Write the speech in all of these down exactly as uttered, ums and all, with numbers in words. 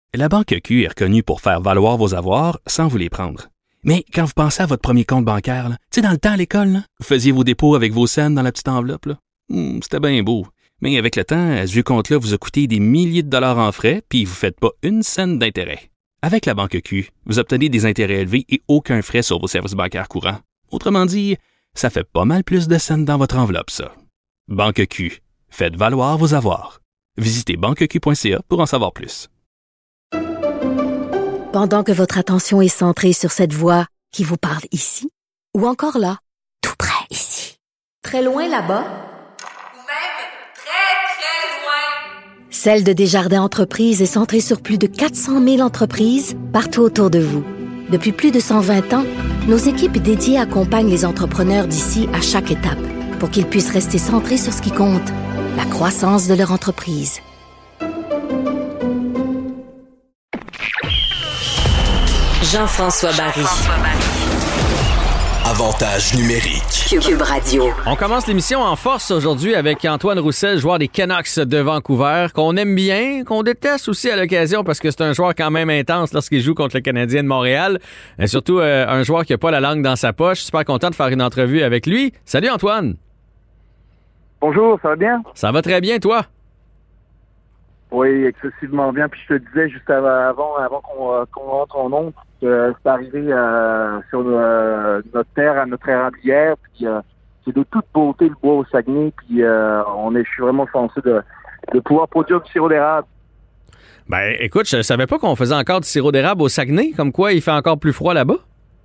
La Banque Q est reconnue pour faire valoir vos avoirs sans vous les prendre. Mais quand vous pensez à votre premier compte bancaire, tu sais, dans le temps à l'école, là, vous faisiez vos dépôts avec vos scènes dans la petite enveloppe. Là. Hum, c'était bien beau. Mais avec le temps, ce vieux compte-là vous a coûté des milliers de dollars en frais, puis vous ne faites pas une scène d'intérêt. Avec la Banque Q, vous obtenez des intérêts élevés et aucun frais sur vos services bancaires courants. Autrement dit, ça fait pas mal plus de scènes dans votre enveloppe, ça. Banque Q. Faites valoir vos avoirs. Visitez banque q point c a pour en savoir plus. Pendant que votre attention est centrée sur cette voix qui vous parle ici, ou encore là, tout près ici, très loin là-bas, ou même très, très loin, Celle de Desjardins Entreprises est centrée sur plus de quatre cent mille entreprises partout autour de vous. Depuis plus de cent vingt ans, nos équipes dédiées accompagnent les entrepreneurs d'ici à chaque étape pour qu'ils puissent rester centrés sur ce qui compte, la croissance de leur entreprise. Jean-François Barry. Avantage numérique. Cube Radio. On commence l'émission en force aujourd'hui avec Antoine Roussel, joueur des Canucks de Vancouver, qu'on aime bien, qu'on déteste aussi à l'occasion parce que c'est un joueur quand même intense lorsqu'il joue contre le Canadien de Montréal. Et surtout, euh, un joueur qui n'a pas la langue dans sa poche. Super content de faire une entrevue avec lui. Salut Antoine. Bonjour, ça va bien? Ça va très bien, toi? Oui, excessivement bien. Puis je te disais juste avant, avant qu'on, euh, qu'on rentre en ondes, que c'est arrivé euh, sur euh, notre terre, à notre érablière. Puis euh, c'est de toute beauté le bois au Saguenay. Puis euh, on est, je suis vraiment chanceux de, de pouvoir produire du sirop d'érable. Ben écoute, je savais pas qu'on faisait encore du sirop d'érable au Saguenay, comme quoi il fait encore plus froid là-bas.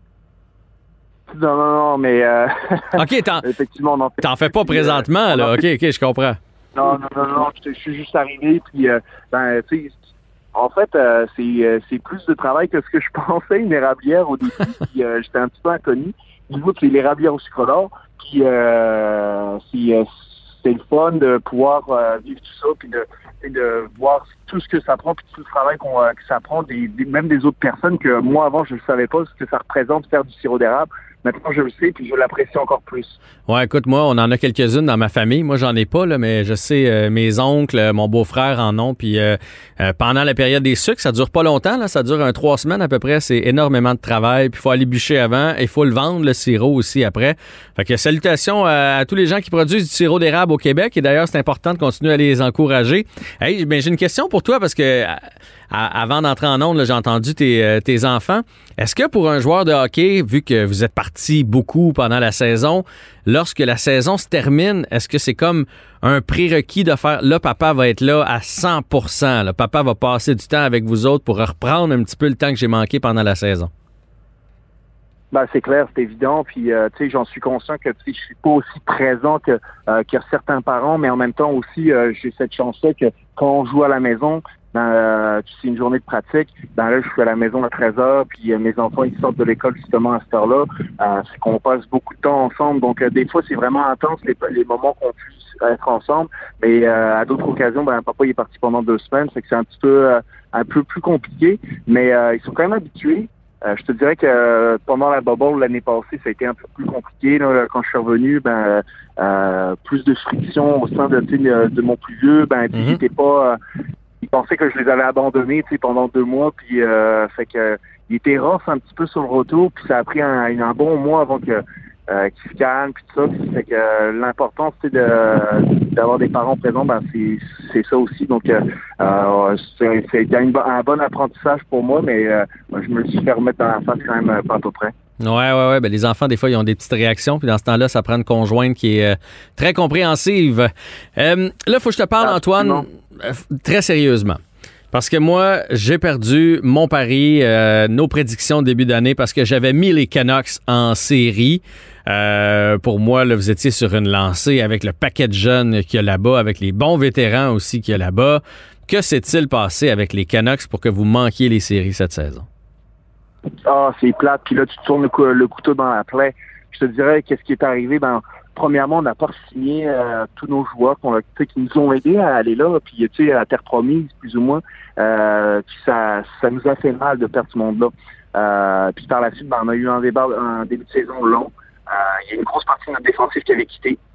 Non, non, non, mais euh, OK, t'en, effectivement, on en fait. T'en fais pas présentement, euh, là. OK, OK, je comprends. Non, non, non, non, je, je suis juste arrivé, puis, euh, ben, tu sais, en fait, euh, c'est, euh, c'est plus de travail que ce que je pensais, une érablière au début, puis euh, j'étais un petit peu inconnu. Du coup, c'est l'érablière au sucre d'or, puis euh, c'est, euh, c'est le fun de pouvoir euh, vivre tout ça, puis de, et de voir tout ce que ça prend, puis tout le travail qu'on, euh, que ça prend, des, des, même des autres personnes que moi, avant, je ne savais pas ce que ça représente, faire du sirop d'érable. Maintenant, je le sais, puis je l'apprécie encore plus. Ouais, écoute, moi, on en a quelques-unes dans ma famille. Moi, j'en ai pas, là, mais je sais, euh, mes oncles, euh, mon beau-frère en ont. Puis euh, euh, pendant la période des sucres, ça dure pas longtemps, là, ça dure un trois semaines à peu près. C'est énormément de travail. Puis il faut aller bûcher avant et il faut le vendre, le sirop aussi après. Fait que salutations à, à tous les gens qui produisent du sirop d'érable au Québec. Et d'ailleurs, c'est important de continuer à les encourager. Hey, ben, j'ai une question pour toi parce que à, à, avant d'entrer en ondes, là, j'ai entendu tes, euh, tes enfants. Est-ce que pour un joueur de hockey, vu que vous êtes parti beaucoup pendant la saison, lorsque la saison se termine, est-ce que c'est comme un prérequis de faire, là, papa va être là à cent pour cent, là, papa va passer du temps avec vous autres pour reprendre un petit peu le temps que j'ai manqué pendant la saison? Ben, c'est clair, c'est évident, puis euh, tu sais, j'en suis conscient que tu sais, je suis pas aussi présent que, euh, que certains parents, mais en même temps aussi, euh, j'ai cette chance-là que quand on joue à la maison, ben, euh, c'est une journée de pratique, ben là, je suis à la maison à treize heures, puis euh, mes enfants, ils sortent de l'école justement à cette heure-là. Euh, c'est qu'on passe beaucoup de temps ensemble, donc euh, des fois, c'est vraiment intense, les, les moments qu'on puisse être ensemble, mais euh, à d'autres occasions, ben, papa, il est parti pendant deux semaines, c'est que c'est un petit peu, euh, un peu plus compliqué, mais euh, ils sont quand même habitués. Euh, je te dirais que euh, pendant la bubble l'année passée, ça a été un peu plus compliqué. Là, quand je suis revenu, ben euh, plus de friction au sein de, de, de mon plus vieux. Ben, mm-hmm. il était pas... Euh, il pensait que je les avais abandonnés pendant deux mois, puis euh, fait que il était rough un petit peu sur le retour, puis ça a pris un, un bon mois avant que euh, qu'il se calme, puis tout ça. Puis fait que euh, l'important, c'est de d'avoir des parents présents, ben c'est c'est ça aussi. Donc euh, euh, c'est c'est un, un bon apprentissage pour moi, mais euh, je me suis fait remettre dans la face quand même pas à peu près. Ouais, ouais, ouais. Ben, les enfants, des fois, ils ont des petites réactions. Puis dans ce temps-là, ça prend une conjointe qui est euh, très compréhensive. Euh, là, il faut que je te parle, Antoine, euh, très sérieusement. Parce que moi, j'ai perdu mon pari, euh, nos prédictions de début d'année, parce que j'avais mis les Canucks en série. Euh, pour moi, là, vous étiez sur une lancée avec le paquet de jeunes qu'il y a là-bas, avec les bons vétérans aussi qu'il y a là-bas. Que s'est-il passé avec les Canucks pour que vous manquiez les séries cette saison? Ah, c'est plate. Puis là, tu tournes le, cou- le couteau dans la plaie. Je te dirais, qu'est-ce qui est arrivé? Ben, premièrement, on n'a pas signé euh, tous nos joueurs qu'on a, qui nous ont aidés à aller là. Puis, tu sais, à terre promise, plus ou moins. Euh, puis ça, ça nous a fait mal de perdre ce monde-là. Euh, puis par la suite, ben, on a eu un, débat, un début de saison long. Euh, il y a une grosse partie de notre défensif qui avait quitté.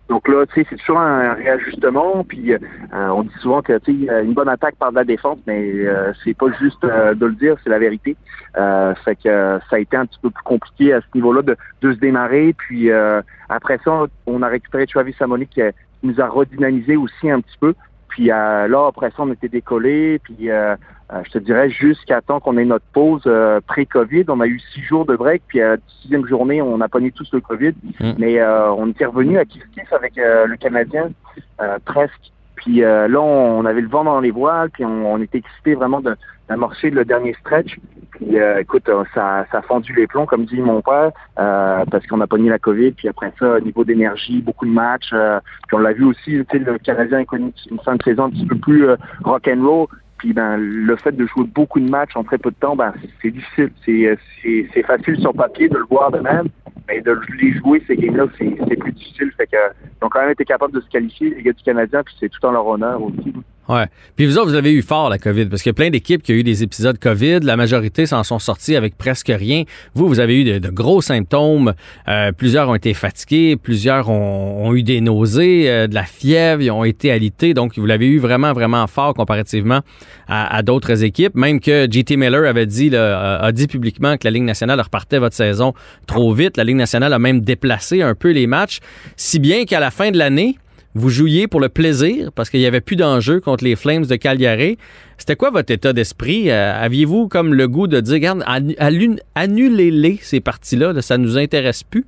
Donc là, tu sais, c'est toujours un réajustement. Puis euh, on dit souvent que tu sais, une bonne attaque part de la défense, mais euh, c'est pas juste euh, de le dire, c'est la vérité. Euh, fait que euh, ça a été un petit peu plus compliqué à ce niveau-là de, de se démarrer. Puis euh, après ça, on a récupéré Travis Samonic qui, qui nous a redynamisé aussi un petit peu. Puis euh, là, après ça, on était décollé. Puis euh, euh, je te dirais jusqu'à temps qu'on ait notre pause euh, pré-COVID. On a eu six jours de break. Puis à la sixième journée, on a pogné tous le COVID. Mmh. Mais euh, on était revenu à kiff-kiff avec euh, le Canadien, euh, presque. Puis euh, là, on, on avait le vent dans les voiles. Puis on, on était excités vraiment de, d'amorcer le dernier stretch. Puis euh, écoute, ça, ça a fendu les plombs, comme dit mon père, euh, parce qu'on a pogné la COVID. Puis après ça, au niveau d'énergie, beaucoup de matchs. Euh, puis on l'a vu aussi, tu sais, le Canadien a connu une fin de saison un petit peu plus euh, rock'n'roll. Puis ben le fait de jouer beaucoup de matchs en très peu de temps, ben c'est difficile. C'est c'est, c'est facile sur papier de le voir de même, mais de les jouer ces games-là, c'est, c'est plus difficile. Fait que ils ont quand même été capables de se qualifier, les gars du Canadien, puis c'est tout en leur honneur aussi. Ouais. Puis vous autres, vous avez eu fort la COVID, parce qu'il y a plein d'équipes qui ont eu des épisodes COVID. La majorité s'en sont sortis avec presque rien. Vous, vous avez eu de, de gros symptômes. Euh, plusieurs ont été fatigués, plusieurs ont, ont eu des nausées, euh, de la fièvre, ils ont été alités. Donc, vous l'avez eu vraiment, vraiment fort comparativement à, à d'autres équipes. Même que J T Miller avait dit, là, a dit publiquement que la Ligue nationale repartait votre saison trop vite. La Ligue nationale a même déplacé un peu les matchs, si bien qu'à la fin de l'année, vous jouiez pour le plaisir parce qu'il n'y avait plus d'enjeu contre les Flames de Calgary. C'était quoi votre état d'esprit? Euh, aviez-vous comme le goût de dire, regarde, annulez-les ces parties-là, là, ça nous intéresse plus?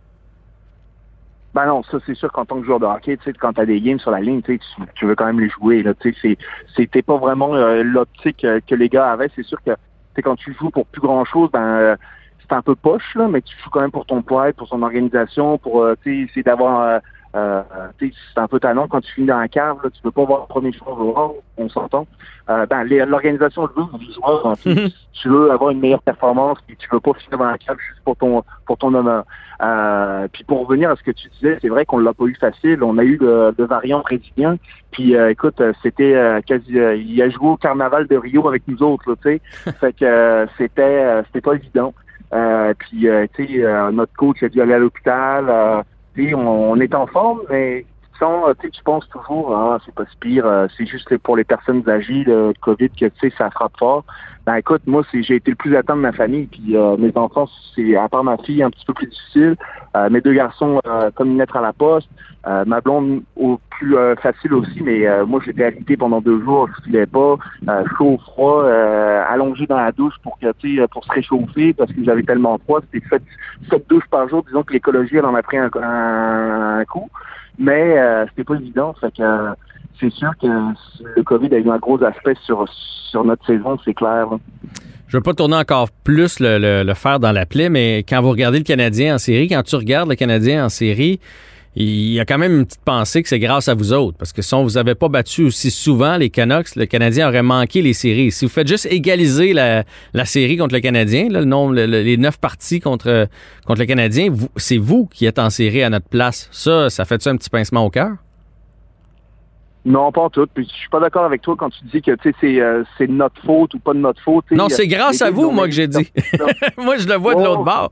Ben non, ça c'est sûr qu'en tant que joueur de hockey, tu sais, quand t'as des games sur la ligne, tu, tu veux quand même les jouer. Là, tu sais, c'est, c'était pas vraiment euh, l'optique euh, que les gars avaient. C'est sûr que quand tu joues pour plus grand-chose, ben euh, c'est un peu poche, là, mais tu joues quand même pour ton poids, pour ton organisation, pour euh, essayer d'avoir... Euh, Euh, c'est un peu talent quand tu finis dans la cave, là, tu peux pas voir le premier choix joueur, on s'entend. Euh, ben, les, l'organisation le veut, les joueurs, hein, mm-hmm. tu veux avoir une meilleure performance, puis tu veux pas finir dans la cave juste pour ton pour ton honneur. Euh, puis pour revenir à ce que tu disais, c'est vrai qu'on l'a pas eu facile. On a eu le, le variant brésilien. Puis euh, écoute, c'était euh, quasi, euh, il a joué au carnaval de Rio avec nous autres, là, tu sais. Fait que euh, c'était euh, c'était pas évident. Euh, puis euh, tu sais, euh, notre coach a dû aller à l'hôpital. Euh, On, on est en forme, mais sans, tu penses toujours, ah, c'est pas si pire, euh, c'est juste pour les personnes âgées, le COVID, que tu sais, ça frappe fort. Ben écoute, moi, c'est, j'ai été le plus atteint de ma famille, puis euh, mes enfants, c'est à part ma fille, un petit peu plus difficile. Euh, mes deux garçons, euh, comme une lettre à la poste. Euh, ma blonde, au plus euh, facile aussi, mais euh, moi, j'étais alité pendant deux jours, je filais pas, euh, chaud, froid, euh, allongé dans la douche pour que, tu sais, pour se réchauffer, parce que j'avais tellement froid. C'était sept, sept douches par jour. Disons que l'écologie, elle en a pris un, un, un coup, mais euh, c'était pas évident. Fait que euh, c'est sûr que le COVID a eu un gros aspect sur sur notre saison, c'est clair. Hein. Je veux pas tourner encore plus le, le, le fer dans la plaie, mais quand vous regardez le Canadien en série, quand tu regardes le Canadien en série, il y a quand même une petite pensée que c'est grâce à vous autres. Parce que si on vous avait pas battu aussi souvent, les Canucks, le Canadien aurait manqué les séries. Si vous faites juste égaliser la, la série contre le Canadien, là, le nombre, le, les neuf parties contre, contre le Canadien, vous, c'est vous qui êtes en série à notre place. Ça, ça fait-tu un petit pincement au cœur? Non, pas en tout. Puis je suis pas d'accord avec toi quand tu dis que tu sais c'est euh, c'est de notre faute ou pas de notre faute. Non, c'est grâce à vous, moi, que j'ai dit. Moi, je le vois de l'autre bord.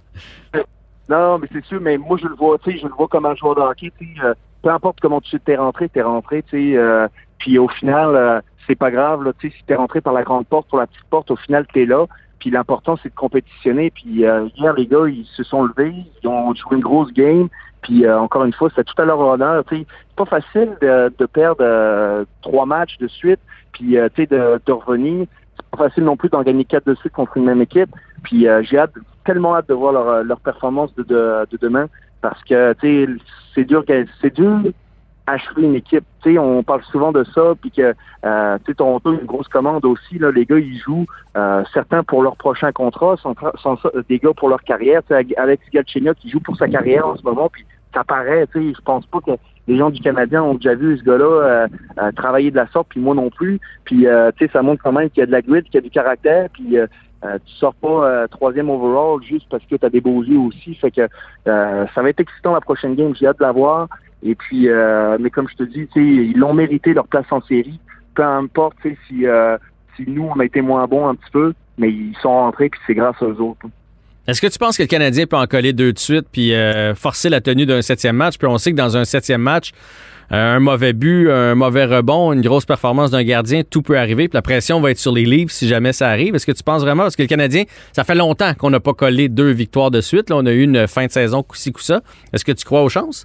Non, mais c'est sûr, mais moi, je le vois, tu sais, je le vois comme un joueur de hockey, tu sais, euh, peu importe comment tu t'es rentré, t'es rentré, tu sais, euh, puis au final, euh, c'est pas grave, là, tu sais, si t'es rentré par la grande porte, pour la petite porte, au final, t'es là, puis l'important, c'est de compétitionner, puis euh, hier, les gars, ils se sont levés, ils ont joué une grosse game, puis euh, encore une fois, c'est tout à leur honneur, tu sais, c'est pas facile de, de perdre euh, trois matchs de suite, puis, euh, tu sais, de, de revenir, c'est pas facile non plus d'en gagner quatre de suite contre une même équipe, puis euh, j'ai hâte tellement hâte de voir leur, leur performance de, de, de demain parce que tu sais c'est dur c'est dur achever une équipe. Tu sais on parle souvent de ça puis que euh, tu sais Toronto une grosse commande aussi là les gars ils jouent euh, certains pour leur prochain contrat sont, sont des gars pour leur carrière. Tu sais Alex Galchenyuk qui joue pour sa carrière en ce moment puis ça paraît. Tu sais je pense pas que les gens du Canadien ont déjà vu ce gars-là euh, euh, travailler de la sorte puis moi non plus. Puis euh, tu sais ça montre quand même qu'il y a de la grit, qu'il y a du caractère puis euh, Euh, tu sors pas euh, troisième overall juste parce que tu as des beaux yeux aussi. Fait que euh, ça va être excitant la prochaine game. J'ai hâte de la voir. Et puis, euh, mais comme je te dis, ils l'ont mérité leur place en série. Peu importe si, euh, si nous, on a été moins bons un petit peu, mais ils sont rentrés puis c'est grâce aux autres. Est-ce que tu penses que le Canadien peut en coller deux de suite puis euh, forcer la tenue d'un septième match? Puis on sait que dans un septième match, euh, un mauvais but, un mauvais rebond, une grosse performance d'un gardien, tout peut arriver. Puis la pression va être sur les livres si jamais ça arrive. Est-ce que tu penses vraiment? Parce que le Canadien, ça fait longtemps qu'on n'a pas collé deux victoires de suite. Là, on a eu une fin de saison coup-ci, coup-ça. Est-ce que tu crois aux chances?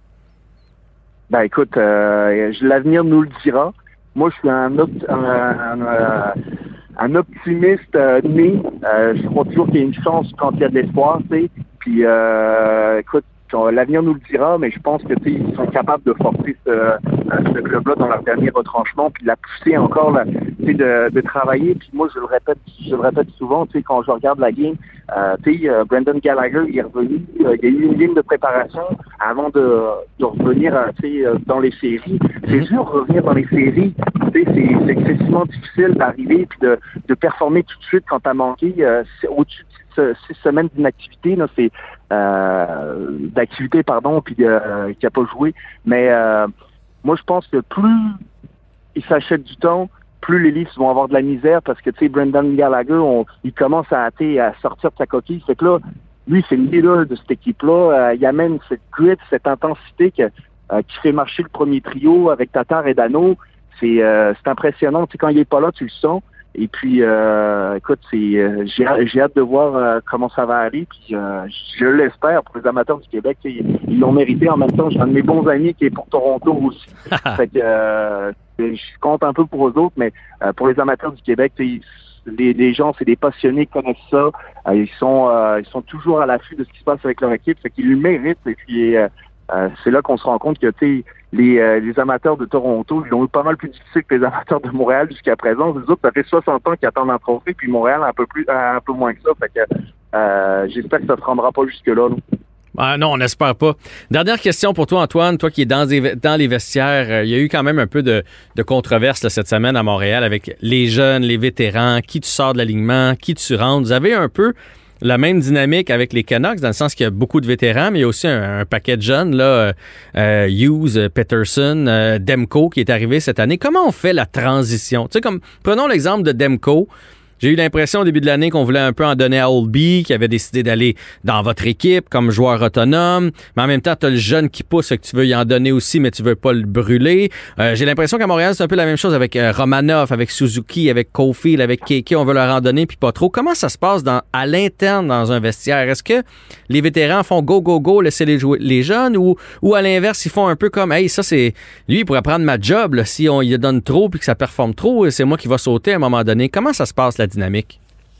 Ben écoute, euh, l'avenir nous le dira. Moi, je suis un, opt- un, un, un, un optimiste euh, né. Euh, je crois toujours qu'il y a une chance quand il y a de l'espoir, tu sais. Puis, euh, écoute, l'avenir nous le dira, mais je pense que tu sais, ils sont capables de forcer ce, ce club-là dans leur dernier retranchement, puis de la pousser encore, là, tu sais, de, de travailler. Puis moi, je le répète, je le répète souvent, tu sais, quand je regarde la game, euh, tu sais, euh, Brendan Gallagher, il est revenu, euh, il y a eu une game de préparation avant de, de revenir, euh, tu sais, euh, dans les séries. C'est dur de revenir dans les séries, tu sais, c'est, c'est excessivement difficile d'arriver puis de, de performer tout de suite quand t'as manqué euh, au-dessus de six semaines d'inactivité, là, c'est euh, d'activité, pardon, puis euh, qui a pas joué. Mais euh, moi, je pense que plus il s'achète du temps, plus les Leafs vont avoir de la misère parce que, tu sais, Brendan Gallagher, on, il commence à, à sortir de sa coquille. Fait que là, lui, c'est le leader de cette équipe-là. Euh, il amène cette grit, cette intensité que, euh, qui fait marcher le premier trio avec Tatar et Dano. C'est, euh, c'est impressionnant. Tu sais, quand il est pas là, tu le sens. Et puis, euh, écoute, c'est, euh, j'ai, j'ai hâte de voir euh, comment ça va aller. Puis, euh, je l'espère pour les amateurs du Québec. Ils, ils l'ont mérité. En même temps, j'ai un de mes bons amis qui est pour Toronto aussi. Fait que euh, je compte un peu pour eux autres, mais euh, pour les amateurs du Québec, les, les gens, c'est des passionnés qui connaissent ça. Euh, ils sont, euh, ils sont toujours à l'affût de ce qui se passe avec leur équipe. Fait qu'ils le méritent. Et puis, euh, euh, c'est là qu'on se rend compte que, tu sais, Les, euh, les amateurs de Toronto, ils l'ont eu pas mal plus difficile que les amateurs de Montréal jusqu'à présent. Les autres, ça fait soixante ans qu'ils attendent un trophée, puis Montréal un peu plus, un peu moins que ça. Fait que euh, j'espère que ça se rendra pas jusque-là. Là. Ah non, on n'espère pas. Dernière question pour toi, Antoine. Toi qui es dans, des, dans les vestiaires, euh, il y a eu quand même un peu de, de controverse là, cette semaine à Montréal avec les jeunes, les vétérans, qui tu sors de l'alignement, qui tu rentres. Vous avez un peu la même dynamique avec les Canucks, dans le sens qu'il y a beaucoup de vétérans, mais il y a aussi un, un paquet de jeunes, là, euh, Hughes, Peterson, euh, Demko, qui est arrivé cette année. Comment on fait la transition? Tu sais, comme, prenons l'exemple de Demko. J'ai eu l'impression au début de l'année qu'on voulait un peu en donner à Oldby, qui avait décidé d'aller dans votre équipe comme joueur autonome. Mais en même temps, tu as le jeune qui pousse, que tu veux y en donner aussi, mais tu veux pas le brûler. Euh, j'ai l'impression qu'à Montréal, c'est un peu la même chose avec euh, Romanov, avec Suzuki, avec Caulfield, avec Keke. On veut leur en donner, puis pas trop. Comment ça se passe dans, à l'interne dans un vestiaire? Est-ce que les vétérans font go, go, go, laisser les, jouer, les jeunes, ou, ou à l'inverse, ils font un peu comme, hey, ça, c'est lui, il pourrait prendre ma job là, si on lui donne trop puis que ça performe trop, c'est moi qui va sauter à un moment donné. Comment ça se passe, la dynamique?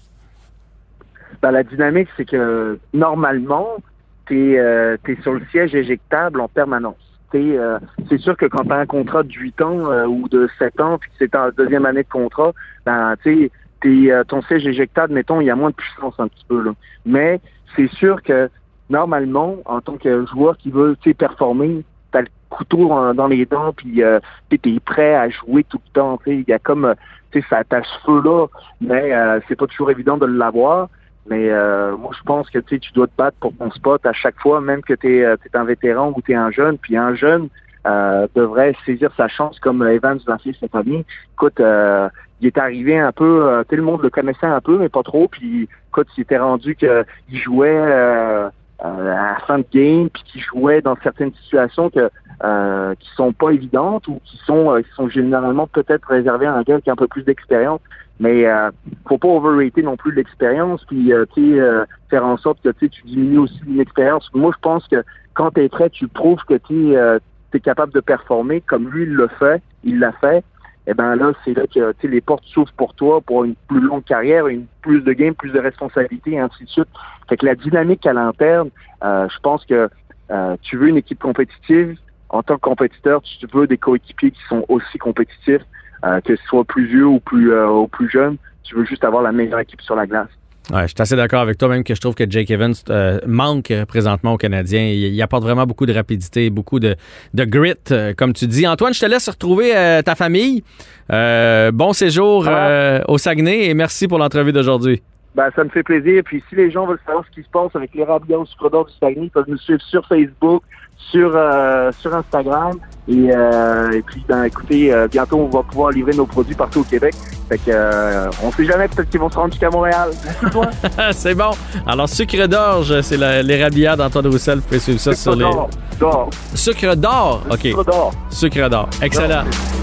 Ben, la dynamique, c'est que normalement, t'es, euh, t'es sur le siège éjectable en permanence. T'es, euh, c'est sûr que quand tu as un contrat de huit ans euh, ou de sept ans, puis que c'est en deuxième année de contrat, ben, t'es, t'es, euh, ton siège éjectable, mettons, il y a moins de puissance un petit peu. Là. Mais c'est sûr que normalement, en tant que joueur qui veut performer, t'as le couteau dans les dents, puis euh, t'es prêt à jouer tout le temps. Il y a comme... Tu sais, ça attache feu là, mais euh, c'est pas toujours évident de l'avoir. Mais euh, moi, je pense que tu dois te battre pour ton spot à chaque fois, même que tu es un vétéran ou tu es un jeune. Puis un jeune euh, devrait saisir sa chance comme Evans l'a fait cette année. Écoute, euh, il est arrivé un peu, euh, tout le monde le connaissait un peu, mais pas trop. Puis écoute, il était rendu qu'il jouait euh, euh, à la fin de game, puis qu'il jouait dans certaines situations que Euh, qui sont pas évidentes ou qui sont euh, qui sont généralement peut-être réservées à un gars qui a un peu plus d'expérience, mais euh, faut pas overrater non plus l'expérience, puis euh, tu sais euh, faire en sorte que tu diminues aussi l'expérience. Moi, je pense que quand tu es prêt, tu prouves que tu es euh, capable de performer comme lui il le fait, il l'a fait. Et ben là, c'est là que tu sais les portes s'ouvrent pour toi pour une plus longue carrière, une plus de games, plus de responsabilités, et ainsi de suite. Fait que la dynamique à l'interne, euh, je pense que euh, tu veux une équipe compétitive. En tant que compétiteur, tu veux des coéquipiers qui sont aussi compétitifs, euh, que ce soit plus vieux ou plus euh, ou plus jeune. Tu veux juste avoir la meilleure équipe sur la glace. Ouais, je suis assez d'accord avec toi, même que je trouve que Jake Evans euh, manque présentement aux Canadiens. Il, il apporte vraiment beaucoup de rapidité, beaucoup de, de grit, euh, comme tu dis. Antoine, je te laisse retrouver euh, ta famille. Euh, bon séjour euh, au Saguenay et merci pour l'entrevue d'aujourd'hui. Ben, ça me fait plaisir. Puis si les gens veulent savoir ce qui se passe avec l'érable au sucre d'or du Saguenay, ils peuvent nous suivre sur Facebook, sur euh, sur Instagram. Et, euh, et puis, ben, écoutez, euh, bientôt, on va pouvoir livrer nos produits partout au Québec. Fait que, euh, on sait jamais, peut-être qu'ils vont se rendre jusqu'à Montréal. Toi. C'est bon. Alors, sucre d'orge, c'est la, l'érabillade d'Antoine Roussel. Vous pouvez suivre ça sucre sur d'or, les... d'or. Sucre d'or. OK. Sucre d'or. Sucre d'or. Excellent. D'or.